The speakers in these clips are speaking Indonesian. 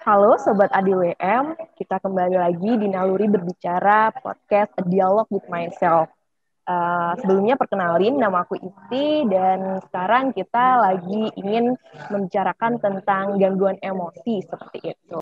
Halo Sobat ADWM, kita kembali lagi di Naluri Berbicara Podcast A Dialogue with Myself. Sebelumnya perkenalin, nama aku Iti, dan sekarang kita lagi ingin membicarakan tentang gangguan emosi seperti itu.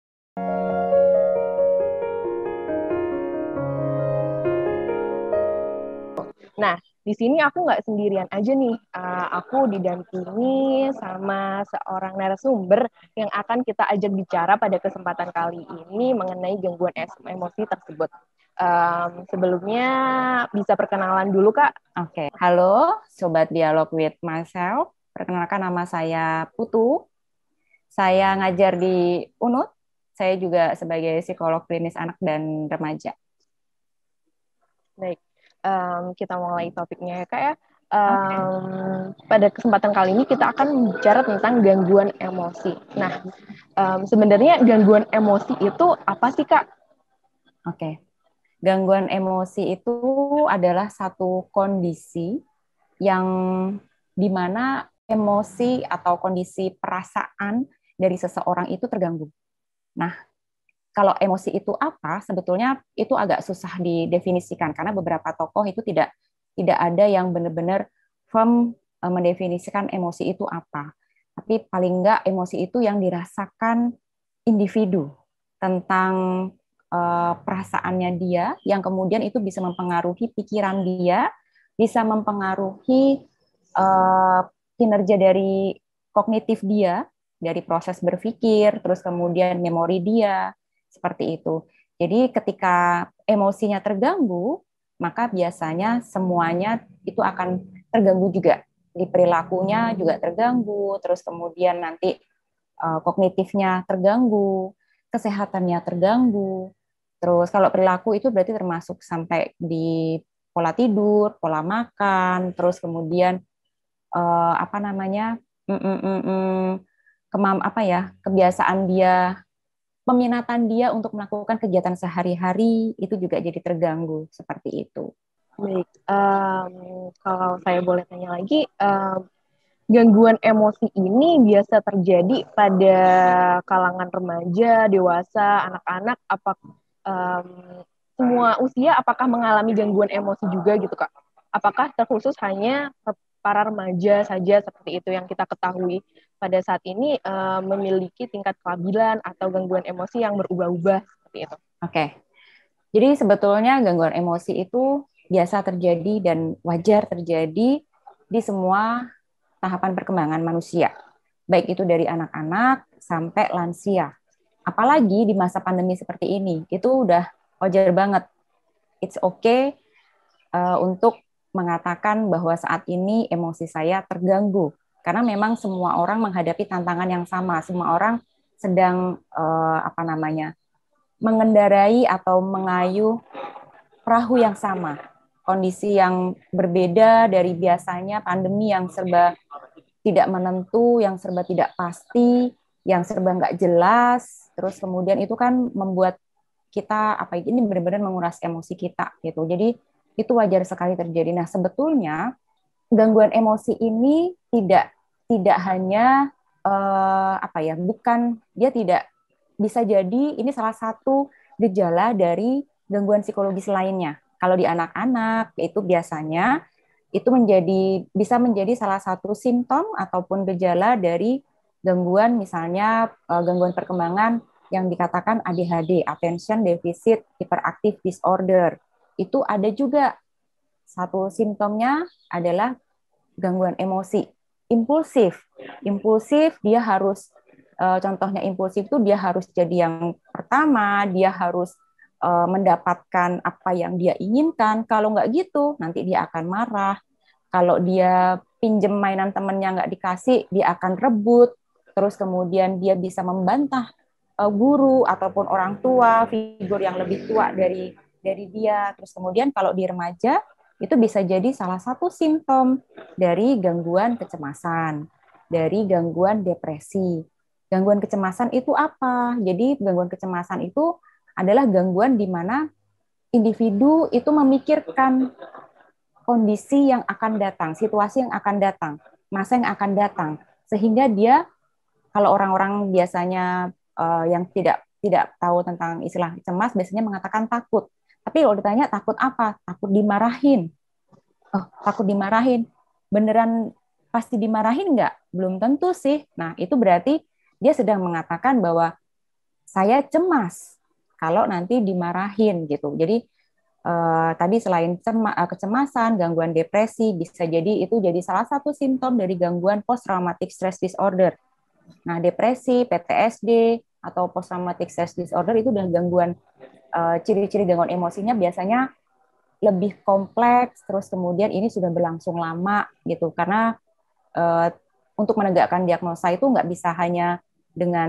Nah, di sini aku nggak sendirian aja nih. Aku didampingi sama seorang narasumber yang akan kita ajak bicara pada kesempatan kali ini mengenai gangguan emosi tersebut. Sebelumnya bisa perkenalan dulu, Kak. Oke, halo Sobat Dialog with Myself. Perkenalkan nama saya Putu. Saya ngajar di UNUT. Saya juga sebagai psikolog klinis anak dan remaja. Baik, kita mulai topiknya ya, Kak ya. Oke. Pada kesempatan kali ini kita akan bicara tentang gangguan emosi. Nah, sebenarnya gangguan emosi itu apa sih, Kak? Oke. Gangguan emosi itu adalah satu kondisi yang dimana emosi atau kondisi perasaan dari seseorang itu terganggu. Nah, kalau emosi itu apa, sebetulnya itu agak susah didefinisikan karena beberapa tokoh itu tidak ada yang benar-benar firm mendefinisikan emosi itu apa. Tapi paling enggak emosi itu yang dirasakan individu tentang perasaannya dia, yang kemudian itu bisa mempengaruhi pikiran dia, bisa mempengaruhi kinerja dari kognitif dia, dari proses berpikir, terus kemudian memori dia, seperti itu. Jadi ketika emosinya terganggu, maka biasanya semuanya itu akan terganggu juga. Di perilakunya juga terganggu, terus kemudian nanti kognitifnya terganggu, kesehatannya terganggu. Terus kalau perilaku itu berarti termasuk sampai di pola tidur, pola makan, terus kemudian apa namanya kebiasaan dia, peminatan dia untuk melakukan kegiatan sehari-hari itu juga jadi terganggu seperti itu. Baik, kalau saya boleh tanya lagi, gangguan emosi ini biasa terjadi pada kalangan remaja, dewasa, anak-anak, um, semua usia apakah mengalami gangguan emosi juga gitu, Kak? Apakah terkhusus hanya para remaja saja seperti itu yang kita ketahui pada saat ini memiliki tingkat kelabilan atau gangguan emosi yang berubah-ubah seperti itu? Oke, jadi sebetulnya gangguan emosi itu biasa terjadi dan wajar terjadi di semua tahapan perkembangan manusia, baik itu dari anak-anak sampai lansia. Apalagi di masa pandemi seperti ini, itu udah wajar banget. It's okay untuk mengatakan bahwa saat ini emosi saya terganggu. Karena memang semua orang menghadapi tantangan yang sama. Semua orang sedang mengendarai atau mengayuh perahu yang sama. Kondisi yang berbeda dari biasanya, pandemi yang serba tidak menentu, yang serba tidak pasti, yang serba nggak jelas. Terus kemudian itu kan membuat kita ini benar-benar menguras emosi kita gitu. Jadi itu wajar sekali terjadi. Nah, sebetulnya gangguan emosi ini tidak hanya bukan, dia tidak bisa jadi ini salah satu gejala dari gangguan psikologis lainnya. Kalau di anak-anak itu biasanya itu bisa menjadi salah satu simptom ataupun gejala dari gangguan, misalnya gangguan perkembangan yang dikatakan ADHD, Attention Deficit Hyperactive Disorder. Itu ada juga satu simptomnya adalah gangguan emosi impulsif. Impulsif dia harus contohnya impulsif itu dia harus jadi yang pertama, dia harus mendapatkan apa yang dia inginkan. Kalau nggak gitu, nanti dia akan marah. Kalau dia pinjem mainan temennya nggak dikasih, dia akan rebut. Terus kemudian dia bisa membantah guru ataupun orang tua, figur yang lebih tua dari dia. Terus kemudian kalau di remaja, itu bisa jadi salah satu simptom dari gangguan kecemasan, dari gangguan depresi. Gangguan kecemasan itu apa? Jadi gangguan kecemasan itu adalah gangguan di mana individu itu memikirkan kondisi yang akan datang, situasi yang akan datang, masa yang akan datang, sehingga dia, kalau orang-orang biasanya yang tidak tahu tentang istilah cemas biasanya mengatakan takut. Tapi kalau ditanya takut apa? Takut dimarahin. Oh, takut dimarahin. Beneran pasti dimarahin nggak? Belum tentu sih. Nah, itu berarti dia sedang mengatakan bahwa saya cemas kalau nanti dimarahin gitu. Jadi tadi selain kecemasan, gangguan depresi, bisa jadi itu jadi salah satu simptom dari gangguan post traumatic stress disorder. Nah, depresi, PTSD atau post traumatic stress disorder itu udah gangguan ciri-ciri gangguan emosinya biasanya lebih kompleks, terus kemudian ini sudah berlangsung lama gitu. Karena uh, untuk menegakkan diagnosa itu nggak bisa hanya dengan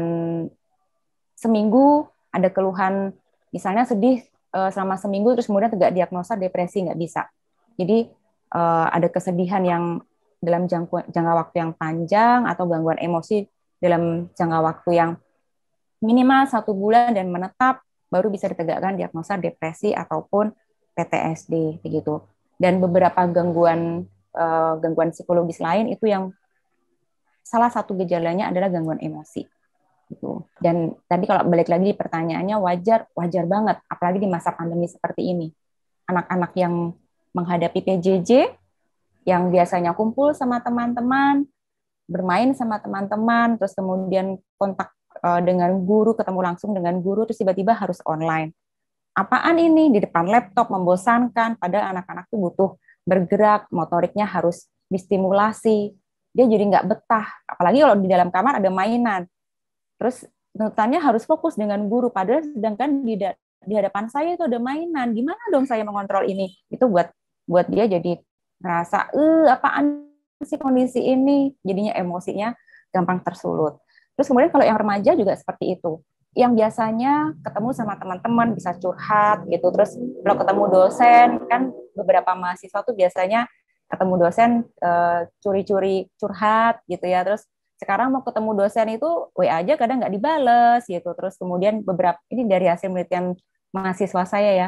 seminggu ada keluhan, misalnya sedih selama seminggu terus kemudian tegak diagnosa depresi, nggak bisa. Jadi ada kesedihan yang dalam jangka waktu yang panjang atau gangguan emosi dalam jangka waktu yang minimal 1 bulan dan menetap, baru bisa ditegakkan diagnosa depresi ataupun PTSD begitu. Dan beberapa gangguan psikologis lain itu yang salah satu gejalanya adalah gangguan emosi gitu. Dan tadi kalau balik lagi pertanyaannya, wajar banget apalagi di masa pandemi seperti ini. Anak-anak yang menghadapi PJJ yang biasanya kumpul sama teman-teman, bermain sama teman-teman, terus kemudian kontak dengan guru, ketemu langsung dengan guru, terus tiba-tiba harus online. Apaan ini? Di depan laptop membosankan, padahal anak-anak tuh butuh bergerak, motoriknya harus distimulasi. Dia jadi nggak betah, apalagi kalau di dalam kamar ada mainan. Terus tuntutannya harus fokus dengan guru, padahal sedangkan di hadapan saya itu ada mainan. Gimana dong saya mengontrol ini? Itu buat dia jadi ngerasa, apaan sih kondisi ini? Jadinya emosinya gampang tersulut. Terus kemudian kalau yang remaja juga seperti itu. Yang biasanya ketemu sama teman-teman bisa curhat gitu. Terus kalau ketemu dosen, kan beberapa mahasiswa tuh biasanya ketemu dosen curi-curi curhat gitu ya. Terus sekarang mau ketemu dosen itu WA aja kadang nggak dibales gitu. Terus kemudian beberapa, ini dari hasil penelitian mahasiswa saya ya,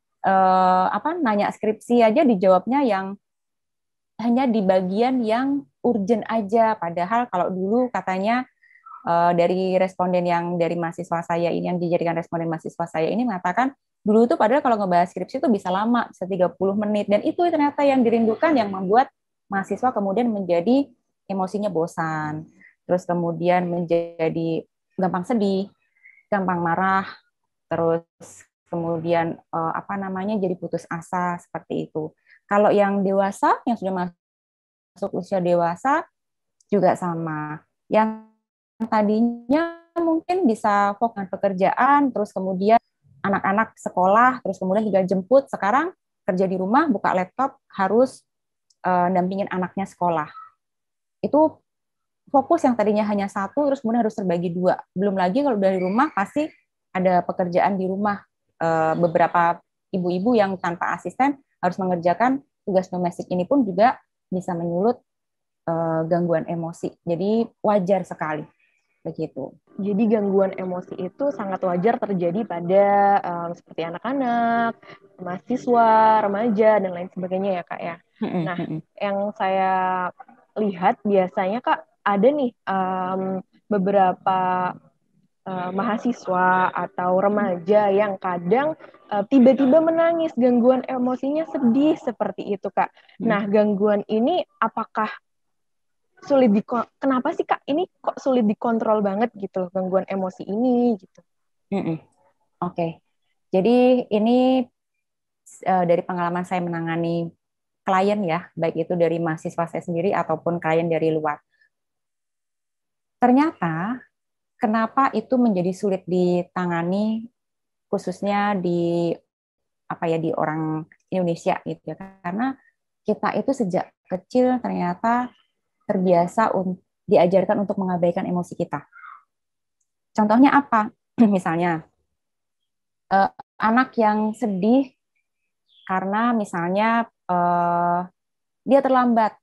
nanya skripsi aja dijawabnya yang hanya di bagian yang urgent aja. Padahal kalau dulu katanya dari responden yang dari mahasiswa saya ini, yang dijadikan responden mahasiswa saya ini mengatakan dulu itu padahal kalau ngebahas skripsi itu bisa lama, bisa 30 menit. Dan itu ternyata yang dirindukan, yang membuat mahasiswa kemudian menjadi emosinya bosan. Terus kemudian menjadi gampang sedih, gampang marah, terus kemudian jadi putus asa seperti itu. Kalau yang dewasa, yang sudah masuk usia dewasa juga sama. Yang tadinya mungkin bisa fokus dengan pekerjaan, terus kemudian anak-anak sekolah, terus kemudian juga jemput, sekarang kerja di rumah, buka laptop, harus dampingin anaknya sekolah. Itu fokus yang tadinya hanya satu, terus kemudian harus terbagi dua. Belum lagi kalau dari rumah pasti ada pekerjaan di rumah. Beberapa ibu-ibu yang tanpa asisten harus mengerjakan tugas domestik ini pun juga bisa menyulut gangguan emosi. Jadi wajar sekali begitu. Jadi gangguan emosi itu sangat wajar terjadi pada seperti anak-anak, mahasiswa, remaja, dan lain sebagainya ya Kak ya. Nah, yang saya lihat biasanya Kak, ada nih beberapa mahasiswa atau remaja yang kadang tiba-tiba menangis, gangguan emosinya sedih seperti itu Kak. Nah, gangguan ini apakah kenapa sih Kak ini kok sulit dikontrol banget gitu loh, gangguan emosi ini gitu? Oke. Jadi ini dari pengalaman saya menangani klien ya, baik itu dari mahasiswa saya sendiri ataupun klien dari luar. Ternyata kenapa itu menjadi sulit ditangani khususnya di di orang Indonesia gitu ya. Karena kita itu sejak kecil ternyata terbiasa diajarkan untuk mengabaikan emosi kita. Contohnya apa? Misalnya anak yang sedih karena misalnya dia terlambat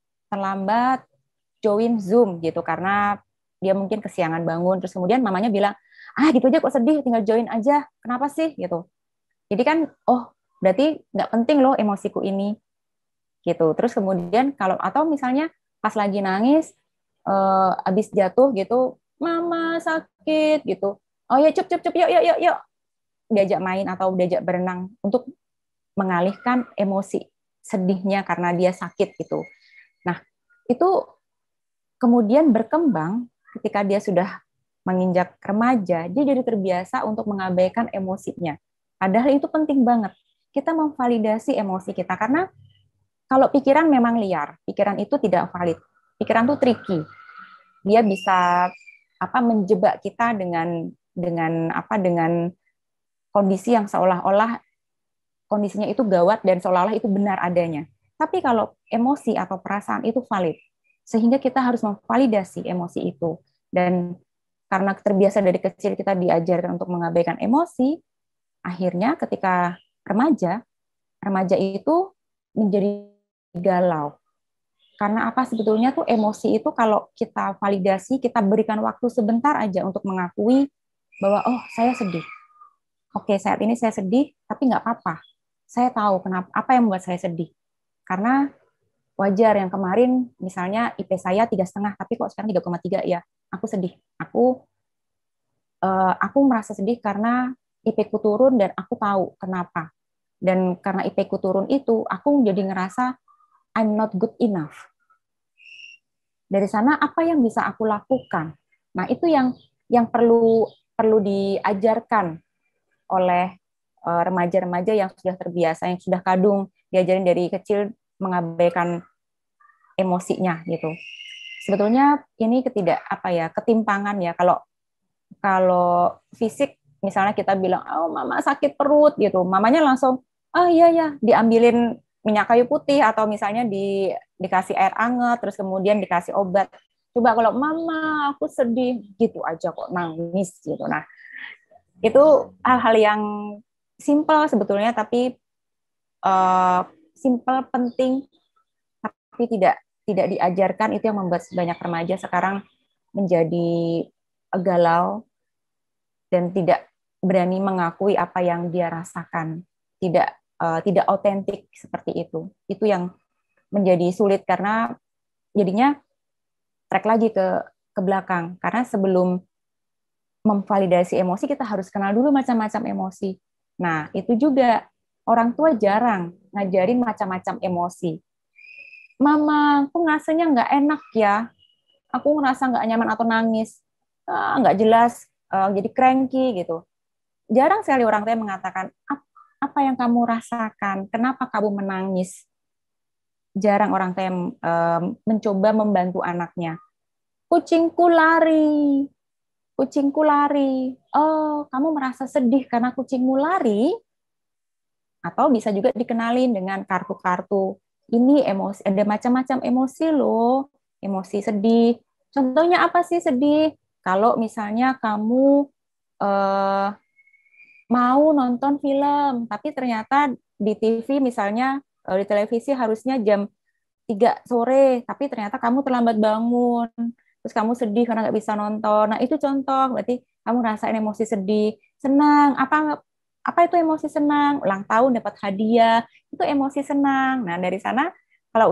join Zoom gitu karena dia mungkin kesiangan bangun, terus kemudian mamanya bilang, gitu aja kok sedih, tinggal join aja, kenapa sih gitu. Jadi kan, berarti nggak penting loh emosiku ini gitu. Terus kemudian atau misalnya pas lagi nangis, habis jatuh gitu, mama sakit gitu. Oh ya, cup, cup, cup, yuk, yuk, yuk, yuk. Diajak main atau diajak berenang untuk mengalihkan emosi sedihnya karena dia sakit gitu. Nah, itu kemudian berkembang ketika dia sudah menginjak remaja, dia jadi terbiasa untuk mengabaikan emosinya. Padahal itu penting banget. Kita memvalidasi emosi kita karena kalau pikiran memang liar, pikiran itu tidak valid. Pikiran itu tricky. Dia bisa menjebak kita dengan kondisi yang seolah-olah kondisinya itu gawat dan seolah-olah itu benar adanya. Tapi kalau emosi atau perasaan itu valid, sehingga kita harus memvalidasi emosi itu. Dan karena terbiasa dari kecil kita diajarkan untuk mengabaikan emosi, akhirnya ketika remaja, remaja itu menjadi galau. Karena apa sebetulnya tuh emosi itu kalau kita validasi, kita berikan waktu sebentar aja untuk mengakui bahwa oh saya sedih. Oke, saat ini saya sedih, tapi nggak apa-apa. Saya tahu kenapa apa yang membuat saya sedih. Karena wajar yang kemarin misalnya IP saya 3,5, tapi kok sekarang 3,3 ya. Aku sedih. Aku merasa sedih karena IP ku turun dan aku tahu kenapa. Dan karena IP ku turun itu, aku jadi ngerasa I'm not good enough. Dari sana apa yang bisa aku lakukan? Nah, itu yang perlu diajarkan oleh remaja-remaja yang sudah terbiasa, yang sudah kadung diajarin dari kecil mengabaikan emosinya gitu. Sebetulnya ini ketimpangan ya. Kalau kalau fisik misalnya kita bilang oh mama sakit perut gitu, mamanya langsung oh iya ya diambilin minyak kayu putih atau misalnya dikasih air hangat terus kemudian dikasih obat. Coba kalau mama aku sedih gitu aja kok nangis gitu. Nah, itu hal-hal yang simpel sebetulnya tapi simpel penting tapi tidak diajarkan, itu yang membuat banyak remaja sekarang menjadi galau dan tidak berani mengakui apa yang dia rasakan, tidak otentik seperti itu. Itu yang menjadi sulit karena jadinya track lagi ke belakang karena sebelum memvalidasi emosi kita harus kenal dulu macam-macam emosi. Nah, itu juga orang tua jarang ngajarin macam-macam emosi. Mama, aku ngerasanya nggak enak ya. Aku ngerasa nggak nyaman atau nangis. Nggak jelas, jadi cranky gitu. Jarang sekali orang tua mengatakan, apa yang kamu rasakan? Kenapa kamu menangis? Jarang orang tua yang mencoba membantu anaknya. Kucingku lari. Kucingku lari. Oh, kamu merasa sedih karena kucingmu lari? Atau bisa juga dikenalin dengan kartu-kartu. Ini emosi, ada macam-macam emosi loh. Emosi sedih. Contohnya apa sih sedih? Kalau misalnya kamu eh, mau nonton film, tapi ternyata di TV misalnya di televisi harusnya jam 3 sore, tapi ternyata kamu terlambat bangun, terus kamu sedih karena nggak bisa nonton. Nah itu contoh, berarti kamu ngerasain emosi sedih, senang. Apa itu emosi senang? Ulang tahun dapat hadiah, itu emosi senang. Nah dari sana kalau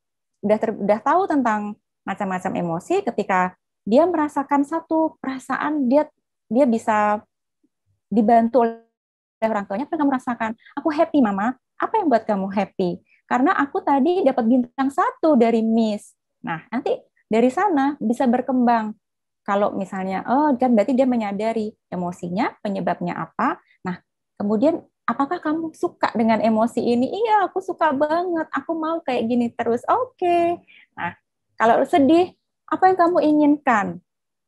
udah tahu tentang macam-macam emosi, ketika dia merasakan satu perasaan, dia bisa dibantu oleh orang tuanya. Apa yang kamu rasakan? Aku happy mama. Apa yang buat kamu happy? Karena aku tadi dapat bintang 1 dari Miss. Nah, nanti dari sana bisa berkembang. Kalau misalnya, oh kan berarti dia menyadari emosinya, penyebabnya apa. Nah, kemudian apakah kamu suka dengan emosi ini? Iya, aku suka banget. Aku mau kayak gini terus. Oke. Nah, kalau sedih, apa yang kamu inginkan?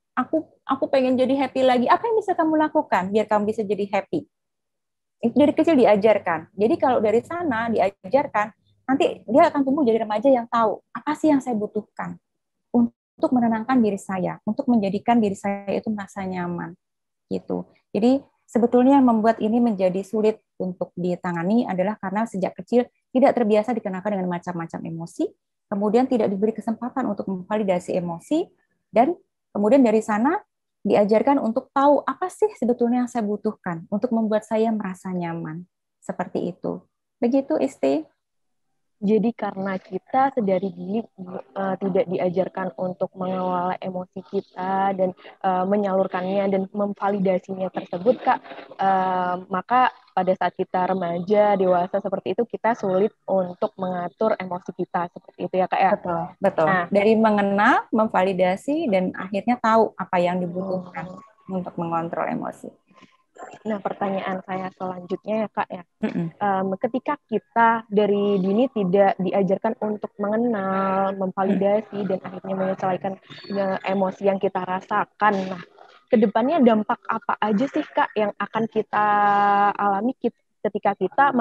Aku pengen jadi happy lagi. Apa yang bisa kamu lakukan biar kamu bisa jadi happy? Itu dari kecil diajarkan. Jadi kalau dari sana diajarkan, nanti dia akan tumbuh jadi remaja yang tahu apa sih yang saya butuhkan untuk menenangkan diri saya, untuk menjadikan diri saya itu merasa nyaman gitu. Jadi sebetulnya yang membuat ini menjadi sulit untuk ditangani adalah karena sejak kecil tidak terbiasa dikenakan dengan macam-macam emosi, kemudian tidak diberi kesempatan untuk memvalidasi emosi, dan kemudian dari sana diajarkan untuk tahu apa sih sebetulnya yang saya butuhkan untuk membuat saya merasa nyaman. Seperti itu. Begitu, Isti. Jadi karena kita sedari dini tidak diajarkan untuk mengelola emosi kita dan menyalurkannya dan memvalidasinya tersebut, Kak, maka pada saat kita remaja, dewasa seperti itu, kita sulit untuk mengatur emosi kita seperti itu ya, Kak ya. Betul, betul. Nah, Dari mengenal, memvalidasi, dan akhirnya tahu apa yang dibutuhkan hmm, untuk mengontrol emosi. nah pertanyaan saya selanjutnya ya, Kak ya. Mm-mm. Ketika kita dari dini tidak diajarkan untuk mengenal, Mm. memvalidasi, dan akhirnya menyelesaikan emosi yang kita rasakan. Nah, kedepannya dampak apa aja sih, Kak, yang akan kita alami ketika kita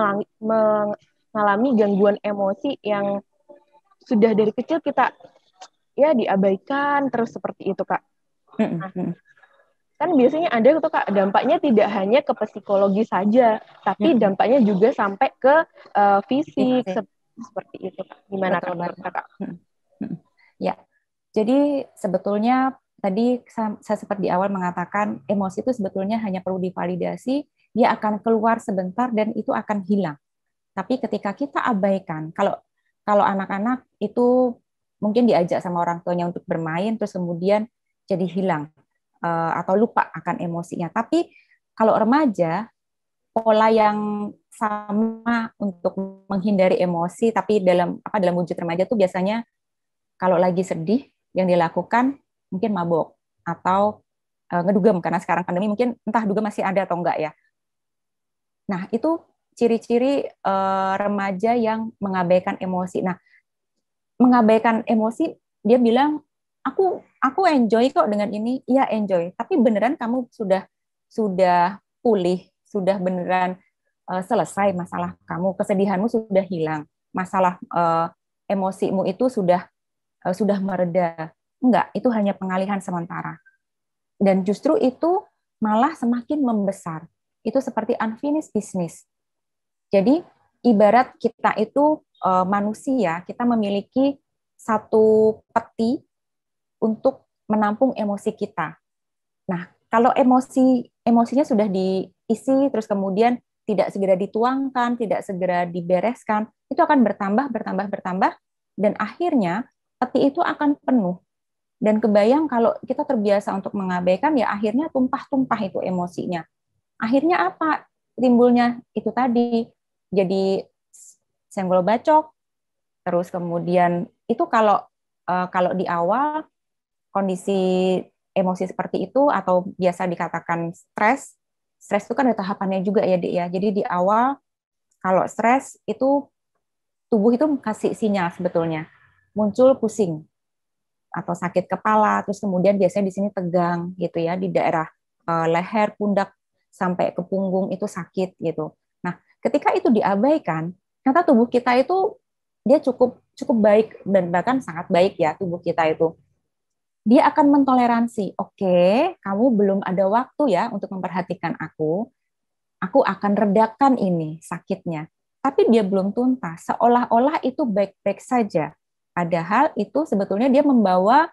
mengalami gangguan emosi yang sudah dari kecil kita ya diabaikan terus seperti itu, Kak. Nah, Mm-mm. kan biasanya ada tuh, Kak, dampaknya tidak hanya ke psikologi saja, tapi Mm-mm. dampaknya juga sampai ke fisik Fisik. seperti itu, Kak. Gimana, Betul Kak, menurut banget. Kakak? Mm-mm. Mm-mm. Ya, jadi sebetulnya tadi saya sempat di awal mengatakan emosi itu sebetulnya hanya perlu divalidasi, dia akan keluar sebentar dan itu akan hilang. Tapi ketika kita abaikan, kalau kalau anak-anak itu mungkin diajak sama orang tuanya untuk bermain, terus kemudian jadi hilang atau lupa akan emosinya. Tapi kalau remaja, pola yang sama untuk menghindari emosi, tapi dalam wujud remaja tuh biasanya kalau lagi sedih yang dilakukan mungkin mabok atau ngedugem karena sekarang pandemi mungkin entah dugem masih ada atau enggak ya. Nah, itu ciri-ciri remaja yang mengabaikan emosi. Nah, mengabaikan emosi, dia bilang, aku enjoy kok dengan ini. Iya, enjoy. Tapi beneran kamu sudah pulih, sudah beneran selesai masalah kamu, kesedihanmu sudah hilang, masalah emosimu itu sudah mereda. Enggak, itu hanya pengalihan sementara. Dan justru itu malah semakin membesar. Itu seperti unfinished business. Jadi ibarat kita itu manusia, kita memiliki satu peti untuk menampung emosi kita. Nah, kalau emosinya sudah diisi terus kemudian tidak segera dituangkan, tidak segera dibereskan, itu akan bertambah, bertambah, bertambah, dan akhirnya peti itu akan penuh. Dan kebayang kalau kita terbiasa untuk mengabaikan, ya akhirnya tumpah-tumpah itu emosinya. Akhirnya apa? Timbulnya itu tadi, jadi senggol bacok, terus kemudian itu kalau di awal kondisi emosi seperti itu atau biasa dikatakan stres, stres itu kan ada tahapannya juga ya, Dik ya. Jadi di awal kalau stres itu tubuh itu kasih sinyal sebetulnya. Muncul pusing atau sakit kepala, terus kemudian biasanya di sini tegang gitu ya, di daerah leher, pundak sampai ke punggung itu sakit gitu. Nah, ketika itu diabaikan, ternyata tubuh kita itu dia cukup cukup baik dan bahkan sangat baik ya tubuh kita itu. Dia akan mentoleransi, oke, kamu belum ada waktu ya untuk memperhatikan aku akan redakan ini sakitnya. Tapi dia belum tuntas, seolah-olah itu baik-baik saja. Padahal itu sebetulnya dia membawa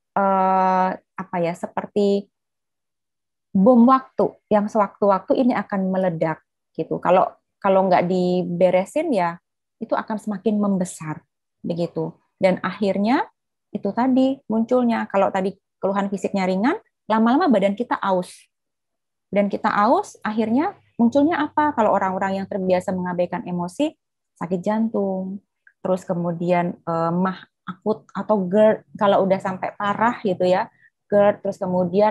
apa ya, seperti bom waktu yang sewaktu-waktu ini akan meledak gitu. Kalau kalau nggak diberesin ya itu akan semakin membesar begitu. Dan akhirnya itu tadi munculnya, kalau tadi keluhan fisiknya ringan, lama-lama badan kita aus. Dan kita aus, akhirnya munculnya apa? Kalau orang-orang yang terbiasa mengabaikan emosi, sakit jantung, terus kemudian mah akut atau GERD kalau udah sampai parah gitu ya, GERD, terus kemudian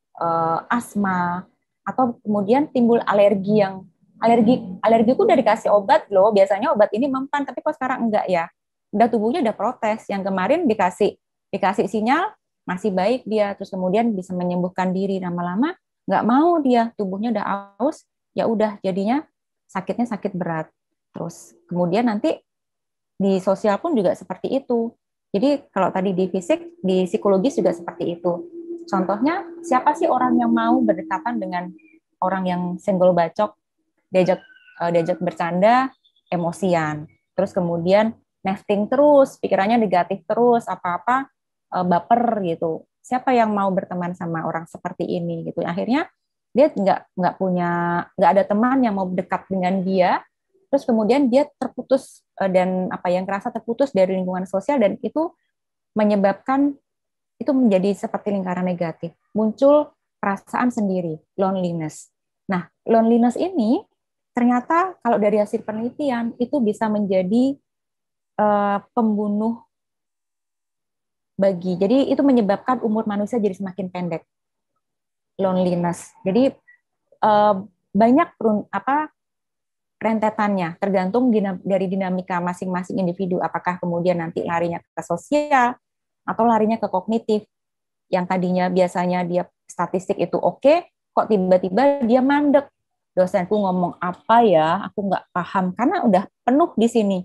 asma, atau kemudian timbul alergi yang alergiku udah dikasih obat loh, biasanya obat ini mempan, tapi kok sekarang enggak ya? Udah tubuhnya udah protes, yang kemarin dikasih sinyal masih baik dia, terus kemudian bisa menyembuhkan diri, lama-lama nggak mau dia, tubuhnya udah aus, ya udah jadinya sakitnya sakit berat. Terus kemudian nanti di sosial pun juga seperti itu. Jadi kalau tadi di fisik, di psikologis juga seperti itu. Contohnya, siapa sih orang yang mau berdekatan dengan orang yang senggol bacok, diajak bercanda, emosian. Terus kemudian nesting terus, pikirannya negatif terus, apa-apa baper gitu. Siapa yang mau berteman sama orang seperti ini gitu? Akhirnya dia nggak ada teman yang mau dekat dengan dia. terus kemudian dia terputus dan yang kerasa terputus dari lingkungan sosial, dan itu menyebabkan itu menjadi seperti lingkaran negatif. Muncul perasaan sendiri, loneliness. Nah, loneliness ini ternyata kalau dari hasil penelitian itu bisa menjadi pembunuh jadi itu menyebabkan umur manusia jadi semakin pendek. Loneliness. Jadi banyak rentetannya, tergantung dari dinamika masing-masing individu. Apakah kemudian nanti larinya ke sosial atau larinya ke kognitif. Yang tadinya biasanya dia statistik itu oke, kok tiba-tiba dia mandek. Dosenku ngomong apa ya, aku nggak paham karena udah penuh di sini.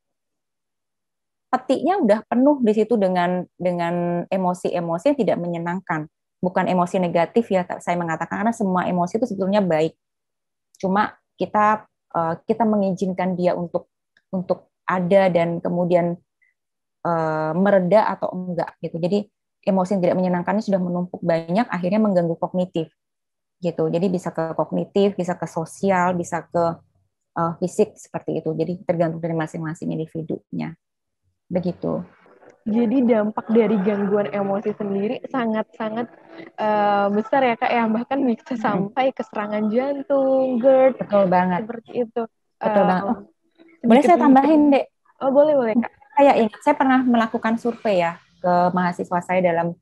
Petiknya udah penuh di situ dengan emosi-emosi yang tidak menyenangkan. Bukan emosi negatif ya, saya mengatakan, karena semua emosi itu sebetulnya baik. Cuma kita mengizinkan dia untuk ada dan kemudian mereda atau enggak gitu. Jadi emosi yang tidak menyenangkan sudah menumpuk banyak, akhirnya mengganggu kognitif gitu. Jadi bisa ke kognitif, bisa ke sosial, bisa ke fisik seperti itu. Jadi tergantung dari masing-masing individunya. Begitu. Jadi dampak dari gangguan emosi sendiri sangat-sangat besar ya Kak ya, bahkan bisa sampai ke serangan jantung, GERD, Betul banget. seperti itu. Betul banget. Oh, boleh Sedikit saya tambahin, Dek? Oh, boleh Kak. Saya ingat, saya pernah melakukan survei ya ke mahasiswa saya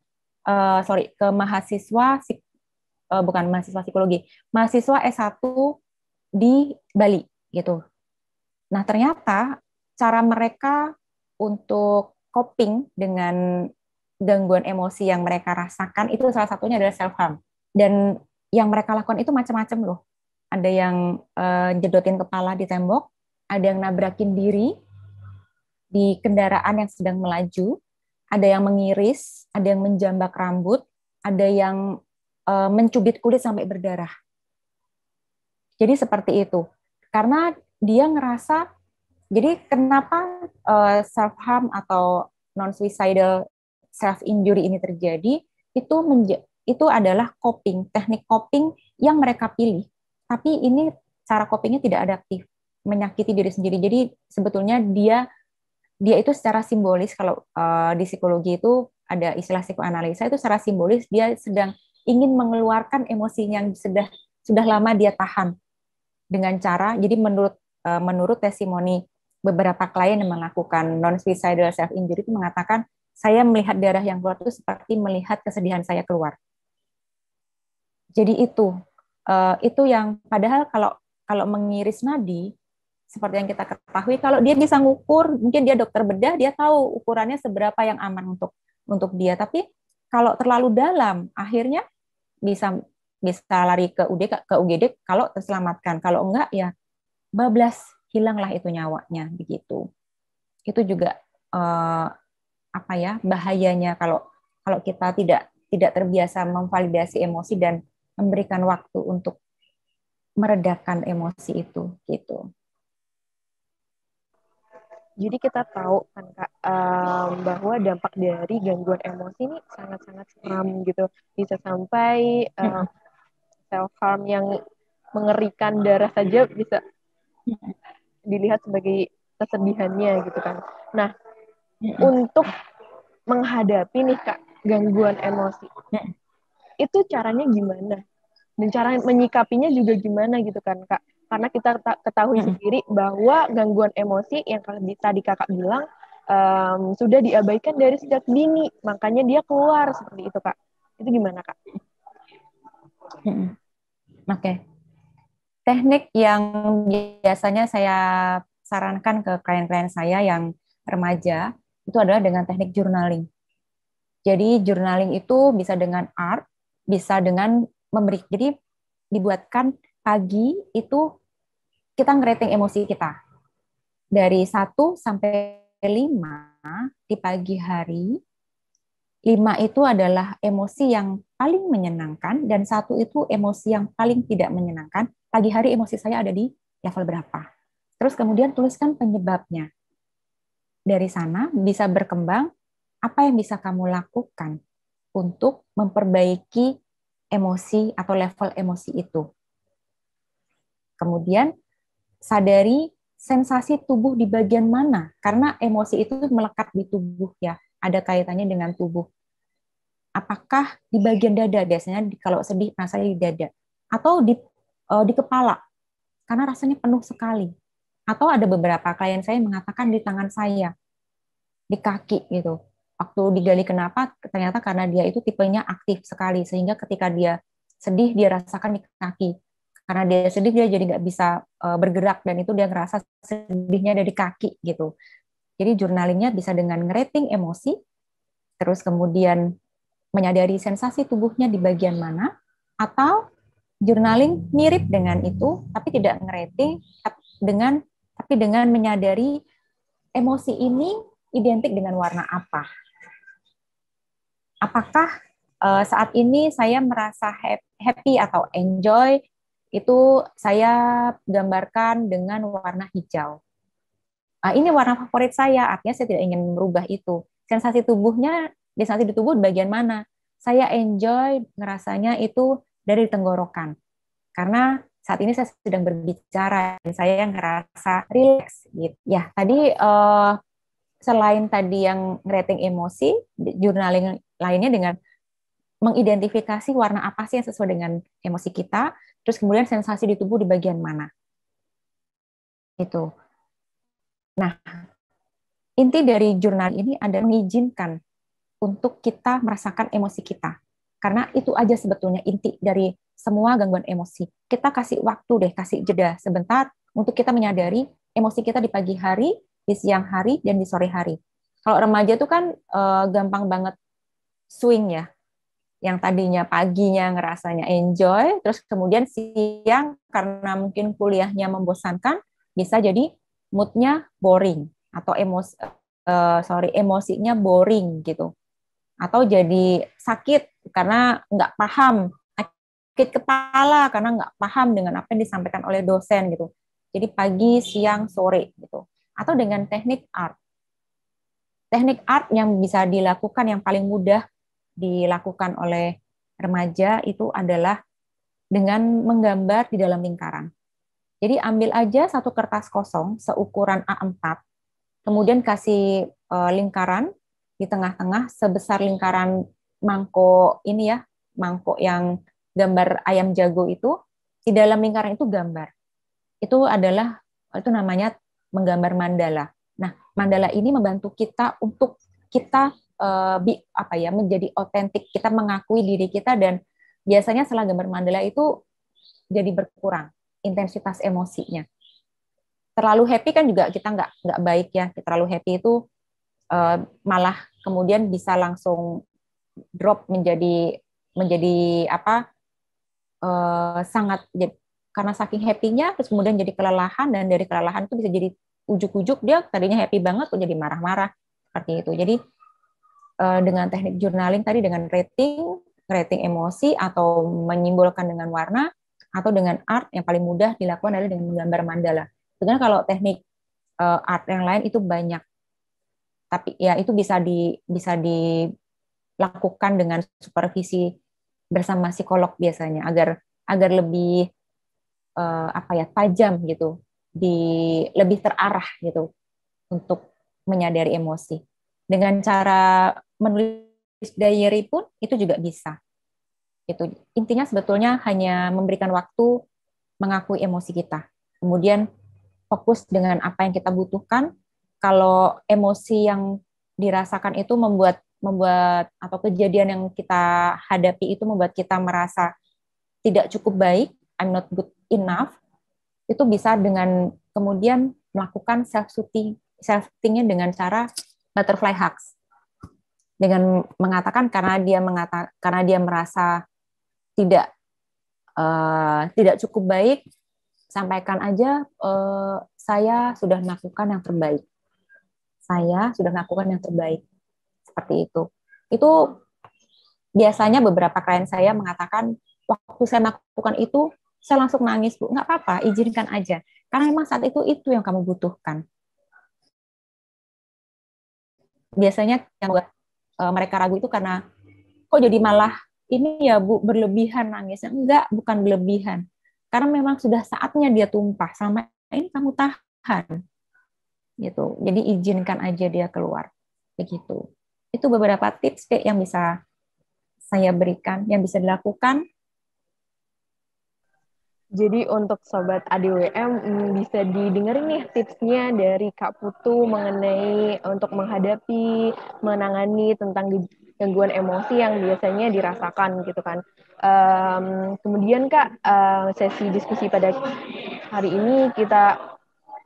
ke mahasiswa bukan mahasiswa psikologi, mahasiswa S1 di Bali gitu. Nah, ternyata cara mereka untuk coping dengan gangguan emosi yang mereka rasakan itu salah satunya adalah self harm. Dan yang mereka lakukan itu macam-macam loh. Ada yang jedotin kepala di tembok, ada yang nabrakin diri di kendaraan yang sedang melaju, ada yang mengiris, ada yang menjambak rambut, ada yang mencubit kulit sampai berdarah. Jadi seperti itu. Karena dia ngerasa, jadi kenapa self harm atau non suicidal self injury ini terjadi, itu adalah teknik coping yang mereka pilih. Tapi ini cara copingnya tidak adaptif, menyakiti diri sendiri. Jadi sebetulnya dia itu secara simbolis, kalau di psikologi itu ada istilah psikoanalisa, itu secara simbolis dia sedang ingin mengeluarkan emosi yang sudah lama dia tahan dengan cara, jadi menurut testimoni beberapa klien yang melakukan non suicidal self injury itu mengatakan, saya melihat darah yang keluar itu seperti melihat kesedihan saya keluar. Jadi itu yang padahal kalau mengiris nadi seperti yang kita ketahui, kalau dia bisa ngukur, mungkin dia dokter bedah, dia tahu ukurannya seberapa yang aman untuk dia. Tapi kalau terlalu dalam, akhirnya bisa lari ke UGD kalau terselamatkan. Kalau enggak ya bablas, hilanglah itu nyawanya begitu. Itu juga bahayanya kalau kita tidak terbiasa memvalidasi emosi dan memberikan waktu untuk meredakan emosi itu gitu. Jadi kita tahu kan Kak, bahwa dampak dari gangguan emosi ini sangat-sangat seram gitu. Bisa sampai self harm yang mengerikan, darah saja bisa dilihat sebagai kesedihannya gitu kan. Nah, untuk menghadapi nih Kak gangguan emosi, itu caranya gimana? Dan cara menyikapinya juga gimana gitu kan Kak? Karena kita ketahui sendiri bahwa gangguan emosi yang tadi Kakak bilang sudah diabaikan dari sejak dini, makanya dia keluar seperti itu Kak. Itu gimana Kak? Oke. Teknik yang biasanya saya sarankan ke klien-klien saya yang remaja itu adalah dengan teknik journaling. Jadi journaling itu bisa dengan art, bisa dengan jadi dibuatkan pagi itu kita ngerating emosi kita. Dari 1 sampai 5 di pagi hari, 5 itu adalah emosi yang paling menyenangkan, dan 1 itu emosi yang paling tidak menyenangkan. Pagi hari emosi saya ada di level berapa. Terus kemudian tuliskan penyebabnya. Dari sana bisa berkembang apa yang bisa kamu lakukan untuk memperbaiki emosi atau level emosi itu. Kemudian sadari sensasi tubuh di bagian mana, karena emosi itu melekat di tubuh ya, ada kaitannya dengan tubuh. Apakah di bagian dada, biasanya kalau sedih rasanya di dada, atau di kepala karena rasanya penuh sekali, atau ada beberapa klien saya mengatakan di tangan saya, di kaki gitu. Waktu digali kenapa, ternyata karena dia itu tipenya aktif sekali, sehingga ketika dia sedih dia rasakan di kaki. Karena dia sedih dia jadi nggak bisa bergerak, dan itu dia ngerasa sedihnya dari kaki gitu. Jadi journalingnya bisa dengan ngerating emosi, terus kemudian menyadari sensasi tubuhnya di bagian mana, atau journaling mirip dengan itu tapi tidak ngerating, tapi dengan menyadari emosi ini identik dengan warna apa. Apakah saat ini saya merasa happy atau enjoy, itu saya gambarkan dengan warna hijau. Ini warna favorit saya, artinya saya tidak ingin merubah itu. Sensasi tubuhnya, sensasi di tubuh di bagian mana? Saya enjoy ngerasanya itu dari tenggorokan. Karena saat ini saya sedang berbicara dan saya ngerasa relax gitu. Ya, tadi selain tadi yang rating emosi, journaling lainnya dengan mengidentifikasi warna apa sih yang sesuai dengan emosi kita, terus kemudian sensasi di tubuh di bagian mana. Itu. Nah, inti dari jurnal ini adalah mengizinkan untuk kita merasakan emosi kita. Karena itu aja sebetulnya inti dari semua gangguan emosi. Kita kasih waktu deh, kasih jeda sebentar untuk kita menyadari emosi kita di pagi hari, di siang hari, dan di sore hari. Kalau remaja itu kan gampang banget swing ya. Yang tadinya paginya ngerasanya enjoy, terus kemudian siang karena mungkin kuliahnya membosankan, bisa jadi moodnya boring atau emosinya boring gitu, atau jadi sakit karena nggak paham, sakit kepala karena nggak paham dengan apa yang disampaikan oleh dosen gitu. Jadi pagi, siang, sore gitu. Atau dengan teknik art. Teknik art yang bisa dilakukan, yang paling mudah dilakukan oleh remaja itu adalah dengan menggambar di dalam lingkaran. Jadi ambil aja satu kertas kosong seukuran A4, kemudian kasih lingkaran di tengah-tengah sebesar lingkaran mangkok ini ya, mangkok yang gambar ayam jago itu, di dalam lingkaran itu gambar. Itu namanya menggambar mandala. Nah, mandala ini membantu kita untuk kita menjadi otentik, kita mengakui diri kita, dan biasanya setelah gambar mandala itu jadi berkurang intensitas emosinya. Terlalu happy kan juga kita nggak baik ya. Terlalu happy itu malah kemudian bisa langsung drop menjadi sangat, karena saking happy-nya terus kemudian jadi kelelahan, dan dari kelelahan itu bisa jadi ujuk-ujuk dia tadinya happy banget kok jadi marah-marah seperti itu. Jadi dengan teknik journaling tadi, dengan rating emosi atau menyimbolkan dengan warna, atau dengan art, yang paling mudah dilakukan adalah dengan menggambar mandala. Sebenarnya kalau teknik art yang lain itu banyak, tapi ya itu bisa dilakukan dengan supervisi bersama psikolog biasanya, agar lebih tajam gitu, lebih terarah gitu untuk menyadari emosi. Dengan cara menulis diary pun itu juga bisa. Itu intinya sebetulnya hanya memberikan waktu mengakui emosi kita. Kemudian fokus dengan apa yang kita butuhkan. Kalau emosi yang dirasakan itu membuat atau kejadian yang kita hadapi itu membuat kita merasa tidak cukup baik, I'm not good enough, itu bisa dengan kemudian melakukan self-soothing-nya dengan cara butterfly hugs. Dengan mengatakan karena dia merasa tidak cukup baik, sampaikan aja saya sudah melakukan yang terbaik. Saya sudah melakukan yang terbaik. Seperti itu. Itu biasanya beberapa klien saya mengatakan, waktu saya melakukan itu, saya langsung nangis, Bu. Nggak apa-apa, izinkan aja. Karena memang saat itu yang kamu butuhkan. Biasanya yang buat mereka ragu itu karena, kok jadi malah ini ya Bu, berlebihan nangisnya. Enggak, bukan berlebihan. Karena memang sudah saatnya dia tumpah. Selama ini kamu tahan. gitu. Jadi izinkan aja dia keluar, begitu. Itu beberapa tips deh yang bisa saya berikan, yang bisa dilakukan. Jadi untuk Sobat ADWM bisa didengerin nih tipsnya dari Kak Putu mengenai untuk menghadapi, menangani tentang gangguan emosi yang biasanya dirasakan gitu kan. Kemudian Kak, sesi diskusi pada hari ini kita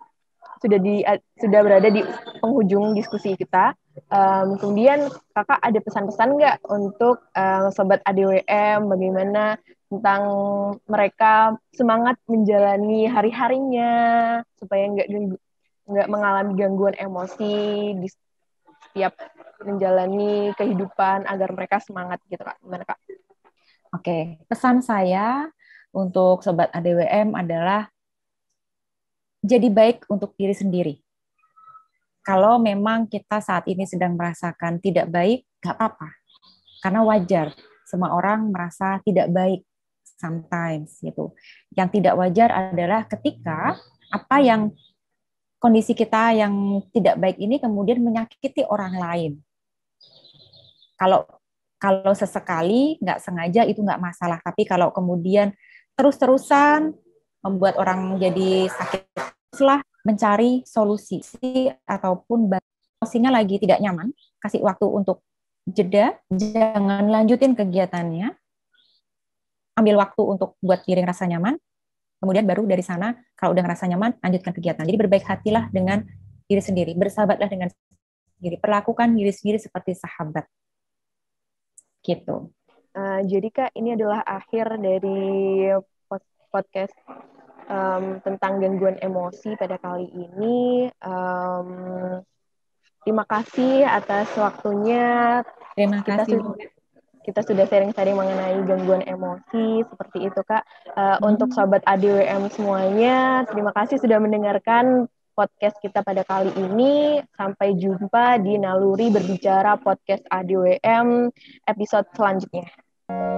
sudah berada di penghujung diskusi kita. Kemudian kakak ada pesan-pesan nggak untuk sobat ADWM bagaimana tentang mereka semangat menjalani hari-harinya supaya nggak mengalami gangguan emosi di setiap menjalani kehidupan agar mereka semangat gitu kak. Gimana kak? Oke, pesan saya untuk sobat ADWM adalah jadi baik untuk diri sendiri. Kalau memang kita saat ini sedang merasakan tidak baik, nggak apa-apa. Karena wajar, semua orang merasa tidak baik sometimes gitu. Yang tidak wajar adalah ketika apa yang kondisi kita yang tidak baik ini kemudian menyakiti orang lain. Kalau kalau sesekali nggak sengaja itu nggak masalah, tapi kalau kemudian terus-terusan membuat orang jadi sakit, teruslah mencari solusi ataupun emosinya lagi tidak nyaman, kasih waktu untuk jeda, jangan lanjutin kegiatannya, ambil waktu untuk buat diri ngerasa nyaman, kemudian baru dari sana kalau udah ngerasa nyaman lanjutkan kegiatan. Jadi berbaik hatilah dengan diri sendiri, bersahabatlah dengan diri, perlakukan diri sendiri seperti sahabat. Gitu. Jadi Kak, ini adalah akhir dari podcast tentang gangguan emosi pada kali ini. Terima kasih atas waktunya. Terima Kita kasih. kita sudah sharing-sharing mengenai gangguan emosi seperti itu Kak. Untuk sobat ADWM semuanya, terima kasih sudah mendengarkan podcast kita pada kali ini. Sampai jumpa di Naluri Berbicara Podcast ADWM episode selanjutnya.